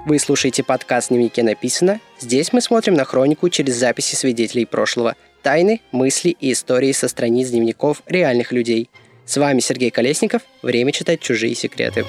Вы слушаете подкаст «Дневнике написано». Здесь мы смотрим на хронику через записи свидетелей прошлого, тайны, мысли и истории со страниц дневников реальных людей. С вами Сергей Колесников. Время читать чужие секреты.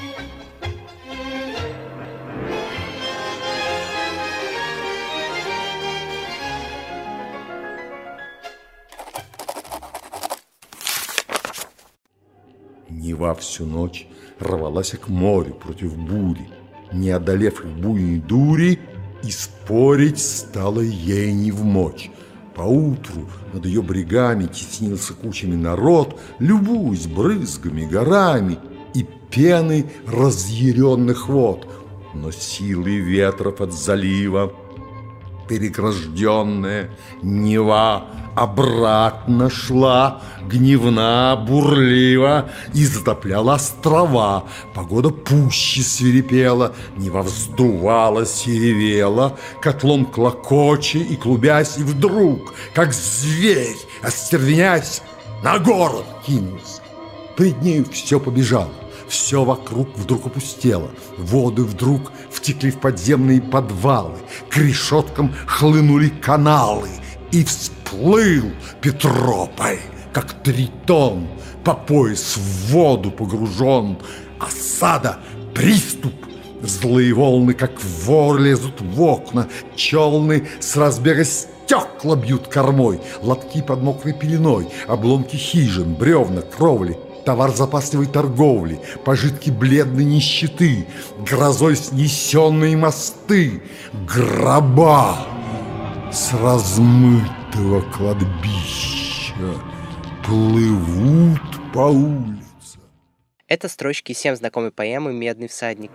Нева всю ночь рвалась к морю против бури. Не одолев их буйной дури, и спорить стало ей невмочь. Поутру над ее брегами теснился кучами народ, любуясь брызгами, горами и пеной разъяренных вод. Но силой ветров от залива перегражденная Нева обратно шла, гневна, бурлива, и затопляла острова. Погода пуще свирепела, Нева вздувалась и ревела, котлом клокоча и клубясь, и вдруг, как зверь, остервенясь, на город кинулась. Пред нею все побежало. Все вокруг вдруг опустело, воды вдруг втекли в подземные подвалы, к решеткам хлынули каналы, и всплыл Петрополь, как тритон, по пояс в воду погружен. Осада, приступ, злые волны, как вор, лезут в окна, челны с разбега стекла бьют кормой, лотки под мокрой пеленой, обломки хижин, бревна, кровли, товар запасливой торговли, пожитки бледной нищеты, грозой снесенные мосты, гроба с размытого кладбища плывут по улице. Это строчки всем знакомой поэмы «Медный всадник».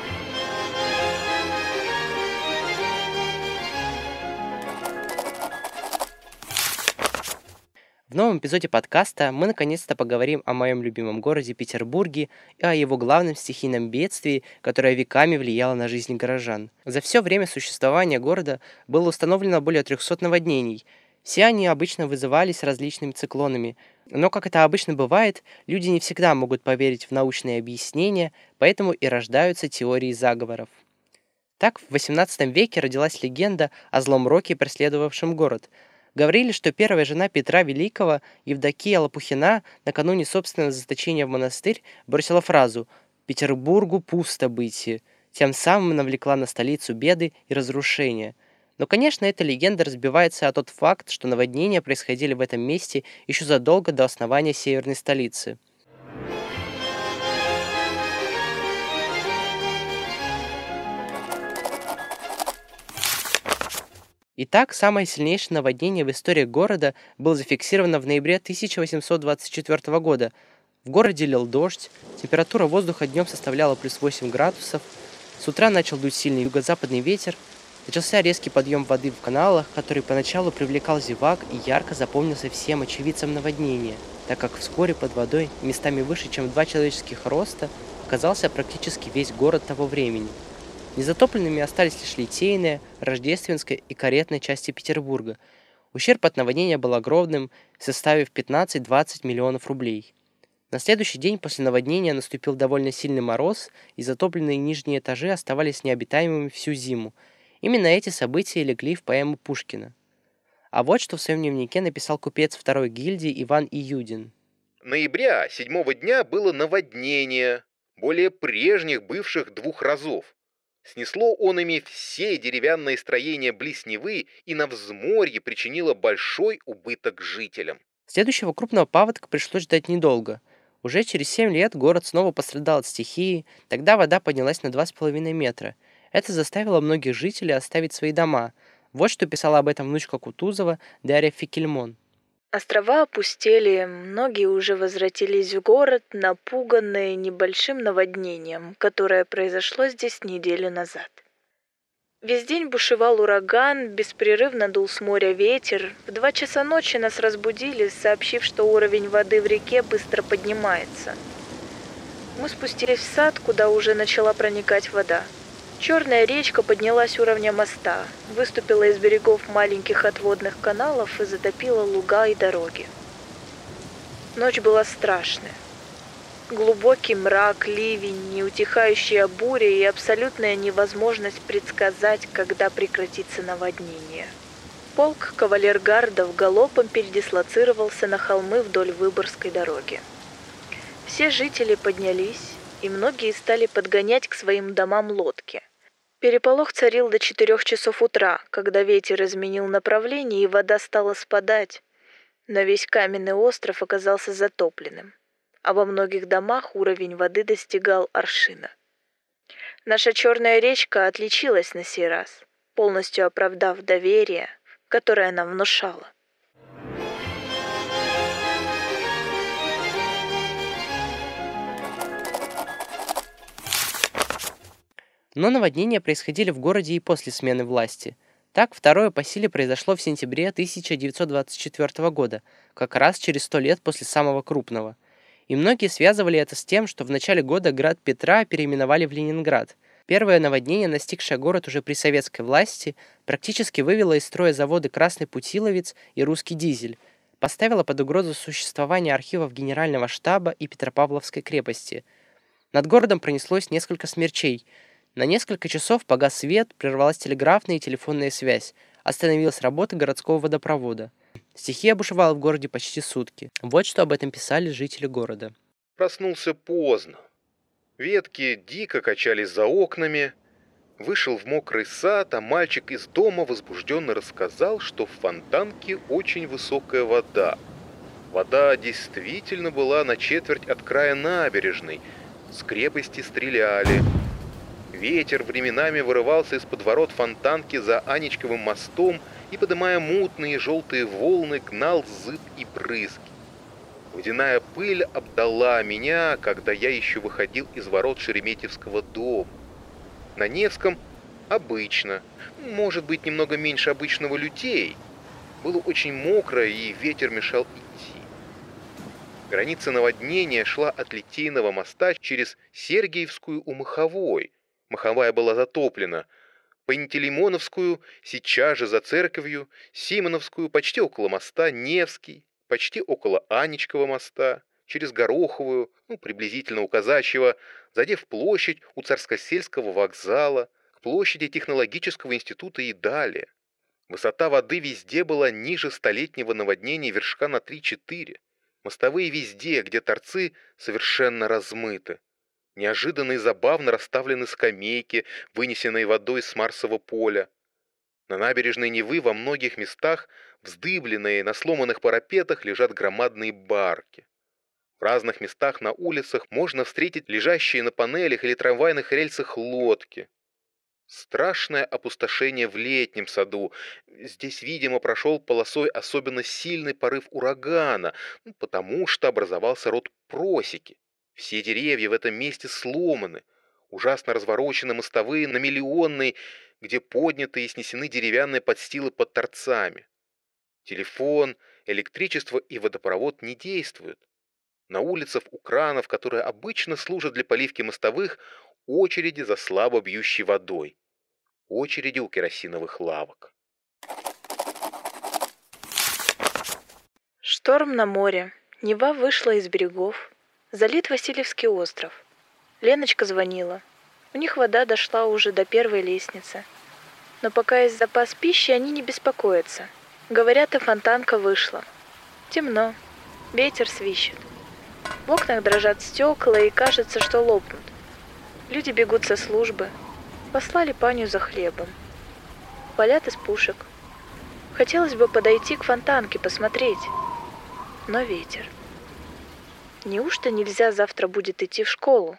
В новом эпизоде подкаста мы наконец-то поговорим о моем любимом городе Петербурге и о его главном стихийном бедствии, которое веками влияло на жизнь горожан. За все время существования города было установлено более 300 наводнений. Все они обычно вызывались различными циклонами. Но, как это обычно бывает, люди не всегда могут поверить в научные объяснения, поэтому и рождаются теории заговоров. Так, в XVIII веке родилась легенда о злом роке, преследовавшем город. Говорили, что первая жена Петра Великого, Евдокия Лопухина, накануне собственного заточения в монастырь, бросила фразу «Петербургу пусто быти», тем самым навлекла на столицу беды и разрушения. Но, конечно, эта легенда разбивается о тот факт, что наводнения происходили в этом месте еще задолго до основания северной столицы. Итак, самое сильнейшее наводнение в истории города было зафиксировано в ноябре 1824 года. В городе лил дождь, температура воздуха днем составляла плюс 8 градусов, с утра начал дуть сильный юго-западный ветер, начался резкий подъем воды в каналах, который поначалу привлекал зевак и ярко запомнился всем очевидцам наводнения, так как вскоре под водой, местами выше, чем 2 человеческих роста, оказался практически весь город того времени. Незатопленными остались лишь Литейная, Рождественская и Каретная части Петербурга. Ущерб от наводнения был огромным, составив 15-20 миллионов рублей. На следующий день после наводнения наступил довольно сильный мороз, и затопленные нижние этажи оставались необитаемыми всю зиму. Именно эти события легли в поэму Пушкина. А вот что в своем дневнике написал купец второй гильдии Иван Июдин. Ноября 7-го дня было наводнение, более прежних бывших 2 разов. Снесло он ими все деревянные строения близ Невы и на взморье причинило большой убыток жителям. Следующего крупного паводка пришлось ждать недолго. Уже через 7 лет город снова пострадал от стихии, тогда вода поднялась на 2,5 метра. Это заставило многих жителей оставить свои дома. Вот что писала об этом внучка Кутузова Дарья Фикельмон. Острова опустели, многие уже возвратились в город, напуганные небольшим наводнением, которое произошло здесь неделю назад. Весь день бушевал ураган, беспрерывно дул с моря ветер. В 2 часа ночи нас разбудили, сообщив, что уровень воды в реке быстро поднимается. Мы спустились в сад, куда уже начала проникать вода. Черная речка поднялась уровня моста, выступила из берегов маленьких отводных каналов и затопила луга и дороги. Ночь была страшная. Глубокий мрак, ливень, неутихающая буря и абсолютная невозможность предсказать, когда прекратится наводнение. Полк кавалергардов галопом передислоцировался на холмы вдоль Выборгской дороги. Все жители поднялись, и многие стали подгонять к своим домам лодки. Переполох царил до 4 часов утра, когда ветер изменил направление и вода стала спадать, но весь каменный остров оказался затопленным, а во многих домах уровень воды достигал аршина. Наша черная речка отличилась на сей раз, полностью оправдав доверие, которое нам внушала. Но наводнения происходили в городе и после смены власти. Так, второе по силе произошло в сентябре 1924 года, как раз через 100 лет после самого крупного. И многие связывали это с тем, что в начале года град Петра переименовали в Ленинград. Первое наводнение, настигшее город уже при советской власти, практически вывело из строя заводы «Красный Путиловец» и «Русский дизель», поставило под угрозу существование архивов Генерального штаба и Петропавловской крепости. Над городом пронеслось несколько смерчей. На несколько часов погас свет, прервалась телеграфная и телефонная связь, остановилась работа городского водопровода. Стихия бушевала в городе почти сутки. Вот что об этом писали жители города. Проснулся поздно. Ветки дико качались за окнами. Вышел в мокрый сад, а мальчик из дома возбужденно рассказал, что в фонтанке очень высокая вода. Вода действительно была на четверть от края набережной. С крепости стреляли. Ветер временами вырывался из-под ворот фонтанки за Анечковым мостом и, подымая мутные желтые волны, гнал зыб и брызги. Водяная пыль обдала меня, когда я еще выходил из ворот Шереметьевского дома. На Невском обычно, может быть, немного меньше обычного людей. Было очень мокро, и ветер мешал идти. Граница наводнения шла от Литейного моста через Сергиевскую у Маховой. Маховая была затоплена. Пантелеймоновскую, сейчас же за церковью, Симоновскую, почти около моста, Невский, почти около Анечкова моста, через Гороховую, приблизительно у Казачьего, задев площадь у Царскосельского вокзала, к площади Технологического института и далее. Высота воды везде была ниже столетнего наводнения вершка на 3-4. Мостовые везде, где торцы, совершенно размыты. Неожиданно и забавно расставлены скамейки, вынесенные водой с Марсового поля. На набережной Невы во многих местах, вздыбленные на сломанных парапетах, лежат громадные барки. В разных местах на улицах можно встретить лежащие на панелях или трамвайных рельсах лодки. Страшное опустошение в Летнем саду. Здесь, видимо, прошел полосой особенно сильный порыв урагана, потому что образовался род просеки. Все деревья в этом месте сломаны, ужасно разворочены мостовые на Миллионной, где подняты и снесены деревянные подстилы под торцами. Телефон, электричество и водопровод не действуют. На улицах у кранов, которые обычно служат для поливки мостовых, очереди за слабо бьющей водой. Очереди у керосиновых лавок. Шторм на море. Нева вышла из берегов. Залит Васильевский остров. Леночка звонила. У них вода дошла уже до первой лестницы. Но пока есть запас пищи, они не беспокоятся. Говорят, и фонтанка вышла. Темно. Ветер свищет. В окнах дрожат стекла, и кажется, что лопнут. Люди бегут со службы. Послали паню за хлебом. Палят из пушек. Хотелось бы подойти к фонтанке, посмотреть. Но ветер. Неужто нельзя завтра будет идти в школу?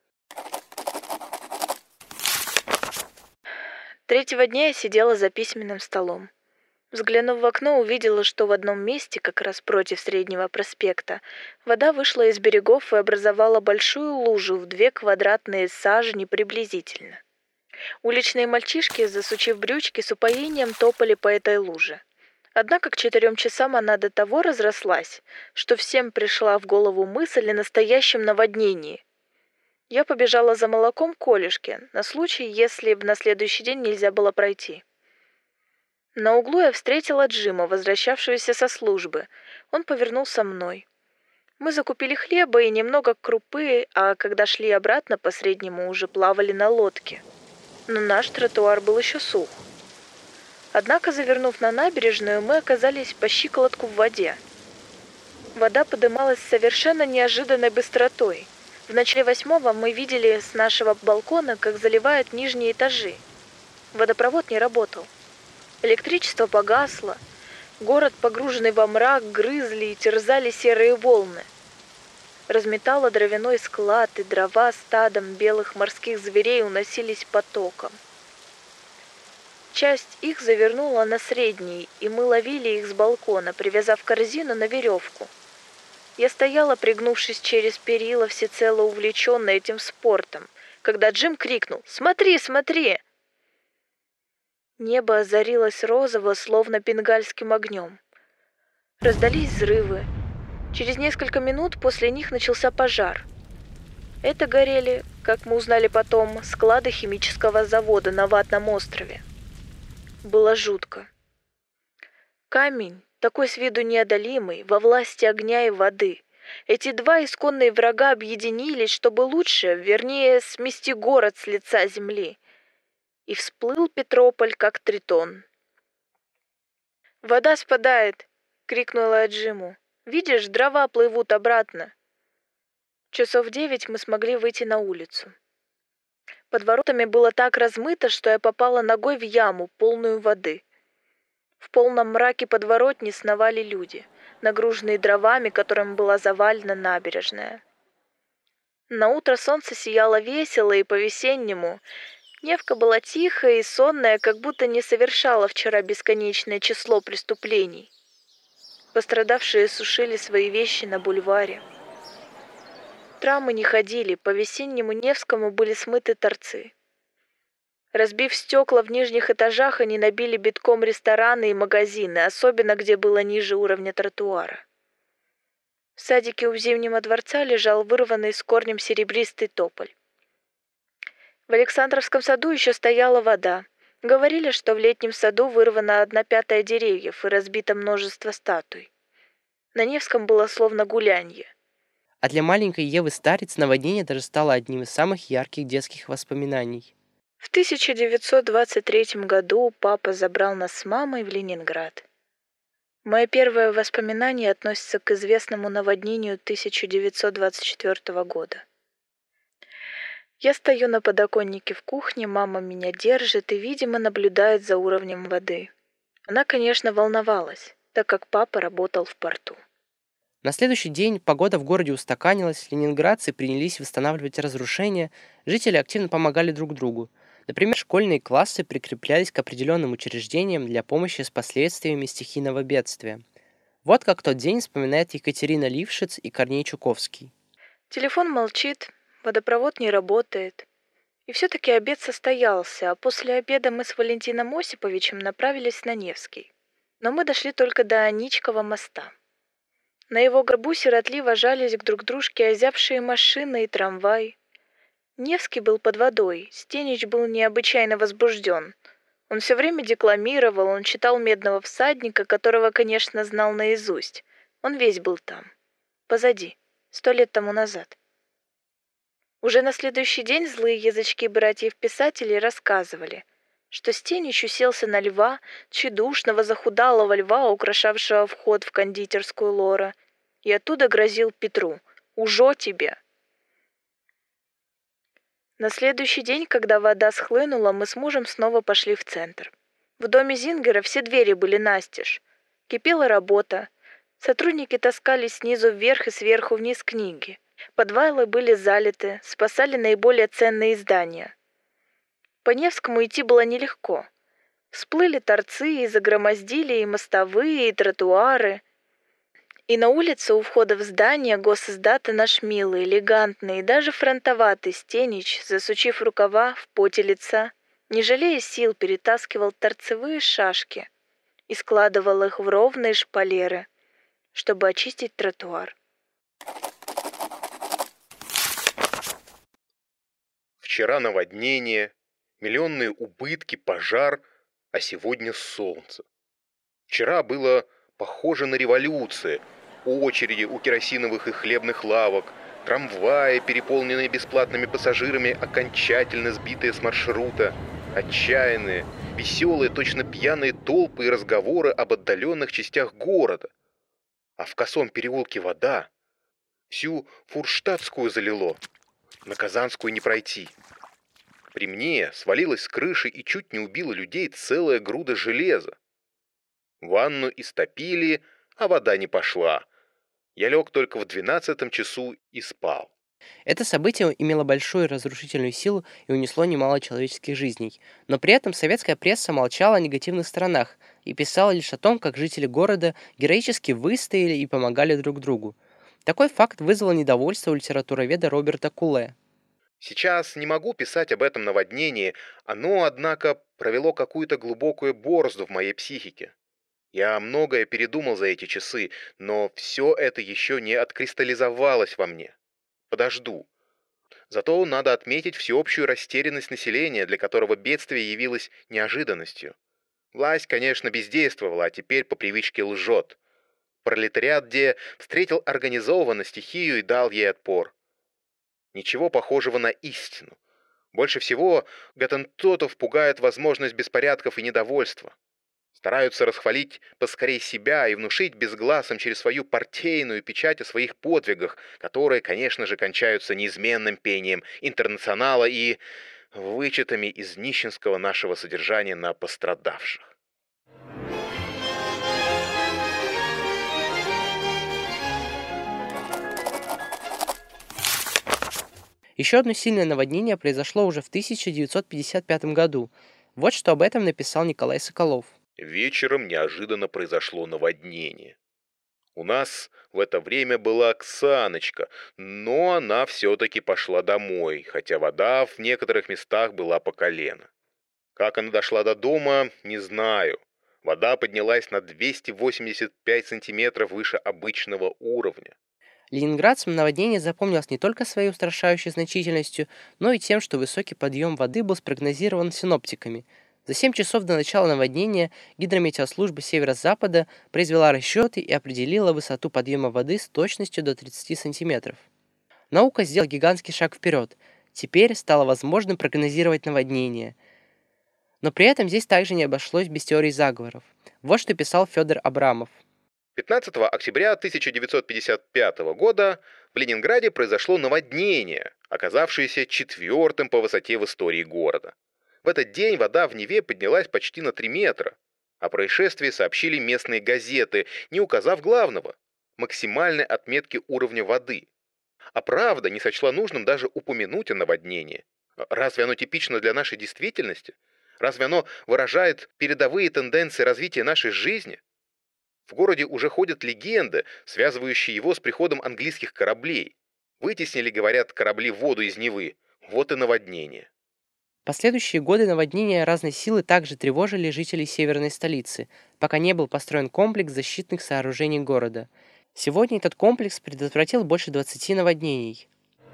3-го дня я сидела за письменным столом. Взглянув в окно, увидела, что в одном месте, как раз против Среднего проспекта, вода вышла из берегов и образовала большую лужу в 2 квадратные сажени приблизительно. Уличные мальчишки, засучив брючки, с упоением топали по этой луже. Однако к 4 часам она до того разрослась, что всем пришла в голову мысль о настоящем наводнении. Я побежала за молоком к Олешке, на случай, если на следующий день нельзя было пройти. На углу я встретила Джима, возвращавшегося со службы. Он повернулся мной. Мы закупили хлеба и немного крупы, а когда шли обратно по Среднему, уже плавали на лодке. Но наш тротуар был еще сух. Однако, завернув на набережную, мы оказались по щиколотку в воде. Вода подымалась с совершенно неожиданной быстротой. В начале 8-го мы видели с нашего балкона, как заливают нижние этажи. Водопровод не работал. Электричество погасло. Город, погруженный во мрак, грызли и терзали серые волны. Разметало дровяной склад, и дрова стадом белых морских зверей уносились потоком. Часть их завернула на Средний, и мы ловили их с балкона, привязав корзину на веревку. Я стояла, пригнувшись через перила, всецело увлеченная этим спортом, когда Джим крикнул: «Смотри, смотри!» Небо озарилось розово, словно бенгальским огнем. Раздались взрывы. Через несколько минут после них начался пожар. Это горели, как мы узнали потом, склады химического завода на Ватном острове. Было жутко. Камень, такой с виду неодолимый, во власти огня и воды. Эти два исконные врага объединились, чтобы лучше, вернее, смести город с лица земли. И всплыл Петрополь, как тритон. «Вода спадает!» — крикнула я Джиму. «Видишь, дрова плывут обратно!» Часов 9 мы смогли выйти на улицу. Под воротами было так размыто, что я попала ногой в яму, полную воды. В полном мраке подворотни сновали люди, нагруженные дровами, которым была завалена набережная. Наутро солнце сияло весело и по-весеннему. Невка была тихая и сонная, как будто не совершала вчера бесконечное число преступлений. Пострадавшие сушили свои вещи на бульваре. Трамваи не ходили, по весеннему Невскому были смыты торцы. Разбив стекла в нижних этажах, они набили битком рестораны и магазины, особенно где было ниже уровня тротуара. В садике у Зимнего дворца лежал вырванный с корнем серебристый тополь. В Александровском саду еще стояла вода. Говорили, что в летнем саду вырвана 1/5 деревьев и разбито множество статуй. На Невском было словно гулянье. А для маленькой Евы Старец наводнение даже стало одним из самых ярких детских воспоминаний. В 1923 году папа забрал нас с мамой в Ленинград. Мое первое воспоминание относится к известному наводнению 1924 года. Я стою на подоконнике в кухне, мама меня держит и, видимо, наблюдает за уровнем воды. Она, конечно, волновалась, так как папа работал в порту. На следующий день погода в городе устаканилась, ленинградцы принялись восстанавливать разрушения, жители активно помогали друг другу. Например, школьные классы прикреплялись к определенным учреждениям для помощи с последствиями стихийного бедствия. Вот как тот день вспоминает Екатерина Лившиц и Корней Чуковский. Телефон молчит, водопровод не работает. И все-таки обед состоялся, а после обеда мы с Валентином Осиповичем направились на Невский. Но мы дошли только до Аничкова моста. На его гробу сиротливо жались друг к дружке озябшие машины и трамвай. Невский был под водой, Стенич был необычайно возбужден. Он все время декламировал, он читал «Медного всадника», которого, конечно, знал наизусть. Он весь был там, позади, 100 лет тому назад. Уже на следующий день злые язычки братьев-писателей рассказывали, что Стенич уселся на льва, тщедушного захудалого льва, украшавшего вход в кондитерскую Лора, и оттуда грозил Петру: «Ужо тебе!». На следующий день, когда вода схлынула, мы с мужем снова пошли в центр. В доме Зингера все двери были настежь. Кипела работа. Сотрудники таскали снизу вверх и сверху вниз книги. Подвалы были залиты, спасали наиболее ценные издания. По Невскому идти было нелегко. Всплыли торцы и загромоздили и мостовые, и тротуары. И на улице у входа в здание госиздата наш милый, элегантный и даже фронтоватый Стенич, засучив рукава в поте лица, не жалея сил, перетаскивал торцевые шашки и складывал их в ровные шпалеры, чтобы очистить тротуар. Вчера наводнение, миллионные убытки, пожар, а сегодня солнце. Вчера было похоже на революцию. очереди у керосиновых и хлебных лавок, трамваи, переполненные бесплатными пассажирами, окончательно сбитые с маршрута, отчаянные, веселые, точно пьяные толпы и разговоры об отдаленных частях города. А в косом переулке вода. Всю Фурштадтскую залило. На Казанскую не пройти. При мне свалилась с крыши и чуть не убила людей целая груда железа. Ванну истопили, а вода не пошла. Я лег только в 12 часу и спал. Это событие имело большую разрушительную силу и унесло немало человеческих жизней. Но при этом советская пресса молчала о негативных сторонах и писала лишь о том, как жители города героически выстояли и помогали друг другу. Такой факт вызвал недовольство у литературоведа Роберта Куле. Сейчас не могу писать об этом наводнении, оно, однако, провело какую-то глубокую борозду в моей психике. Я многое передумал за эти часы, но все это еще не откристаллизовалось во мне. Подожду. Зато надо отметить всеобщую растерянность населения, для которого бедствие явилось неожиданностью. Власть, конечно, бездействовала, а теперь по привычке лжет. Пролетариат где встретил организованно стихию и дал ей отпор. Ничего похожего на истину. Больше всего гаттентотов пугает возможность беспорядков и недовольства. Стараются расхвалить поскорей себя и внушить безгласом через свою партийную печать о своих подвигах, которые, конечно же, кончаются неизменным пением интернационала и вычетами из нищенского нашего содержания на пострадавших. Еще одно сильное наводнение произошло уже в 1955 году. Вот что об этом написал Николай Соколов. Вечером неожиданно произошло наводнение. У нас в это время была Оксаночка, но она все-таки пошла домой, хотя вода в некоторых местах была по колено. Как она дошла до дома, не знаю. Вода поднялась на 285 сантиметров выше обычного уровня. Ленинградцам наводнение запомнилось не только своей устрашающей значительностью, но и тем, что высокий подъем воды был спрогнозирован синоптиками. За 7 часов до начала наводнения гидрометеослужба Северо-Запада произвела расчеты и определила высоту подъема воды с точностью до 30 сантиметров. Наука сделала гигантский шаг вперед. Теперь стало возможным прогнозировать наводнение. Но при этом здесь также не обошлось без теорий заговоров. Вот что писал Федор Абрамов. 15 октября 1955 года в Ленинграде произошло наводнение, оказавшееся 4-м по высоте в истории города. В этот день вода в Неве поднялась почти на 3 метра. О происшествии сообщили местные газеты, не указав главного – максимальной отметки уровня воды. А «Правда» не сочла нужным даже упомянуть о наводнении. Разве оно типично для нашей действительности? Разве оно выражает передовые тенденции развития нашей жизни? В городе уже ходят легенды, связывающие его с приходом английских кораблей. Вытеснили, говорят, корабли воду из Невы. Вот и наводнение. Последующие годы наводнения разной силы также тревожили жителей северной столицы, пока не был построен комплекс защитных сооружений города. Сегодня этот комплекс предотвратил больше 20 наводнений.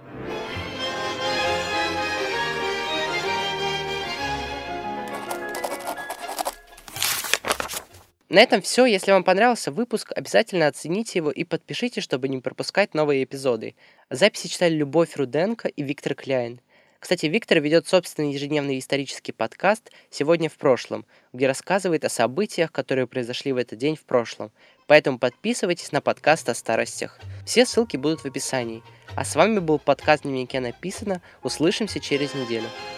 На этом все. Если вам понравился выпуск, обязательно оцените его и подпишитесь, чтобы не пропускать новые эпизоды. Записи читали Любовь Руденко и Виктор Кляйн. Кстати, Виктор ведет собственный ежедневный исторический подкаст «Сегодня в прошлом», где рассказывает о событиях, которые произошли в этот день в прошлом. Поэтому подписывайтесь на подкаст о старостях. Все ссылки будут в описании. А с вами был подкаст «В дневнике написано». Услышимся через неделю.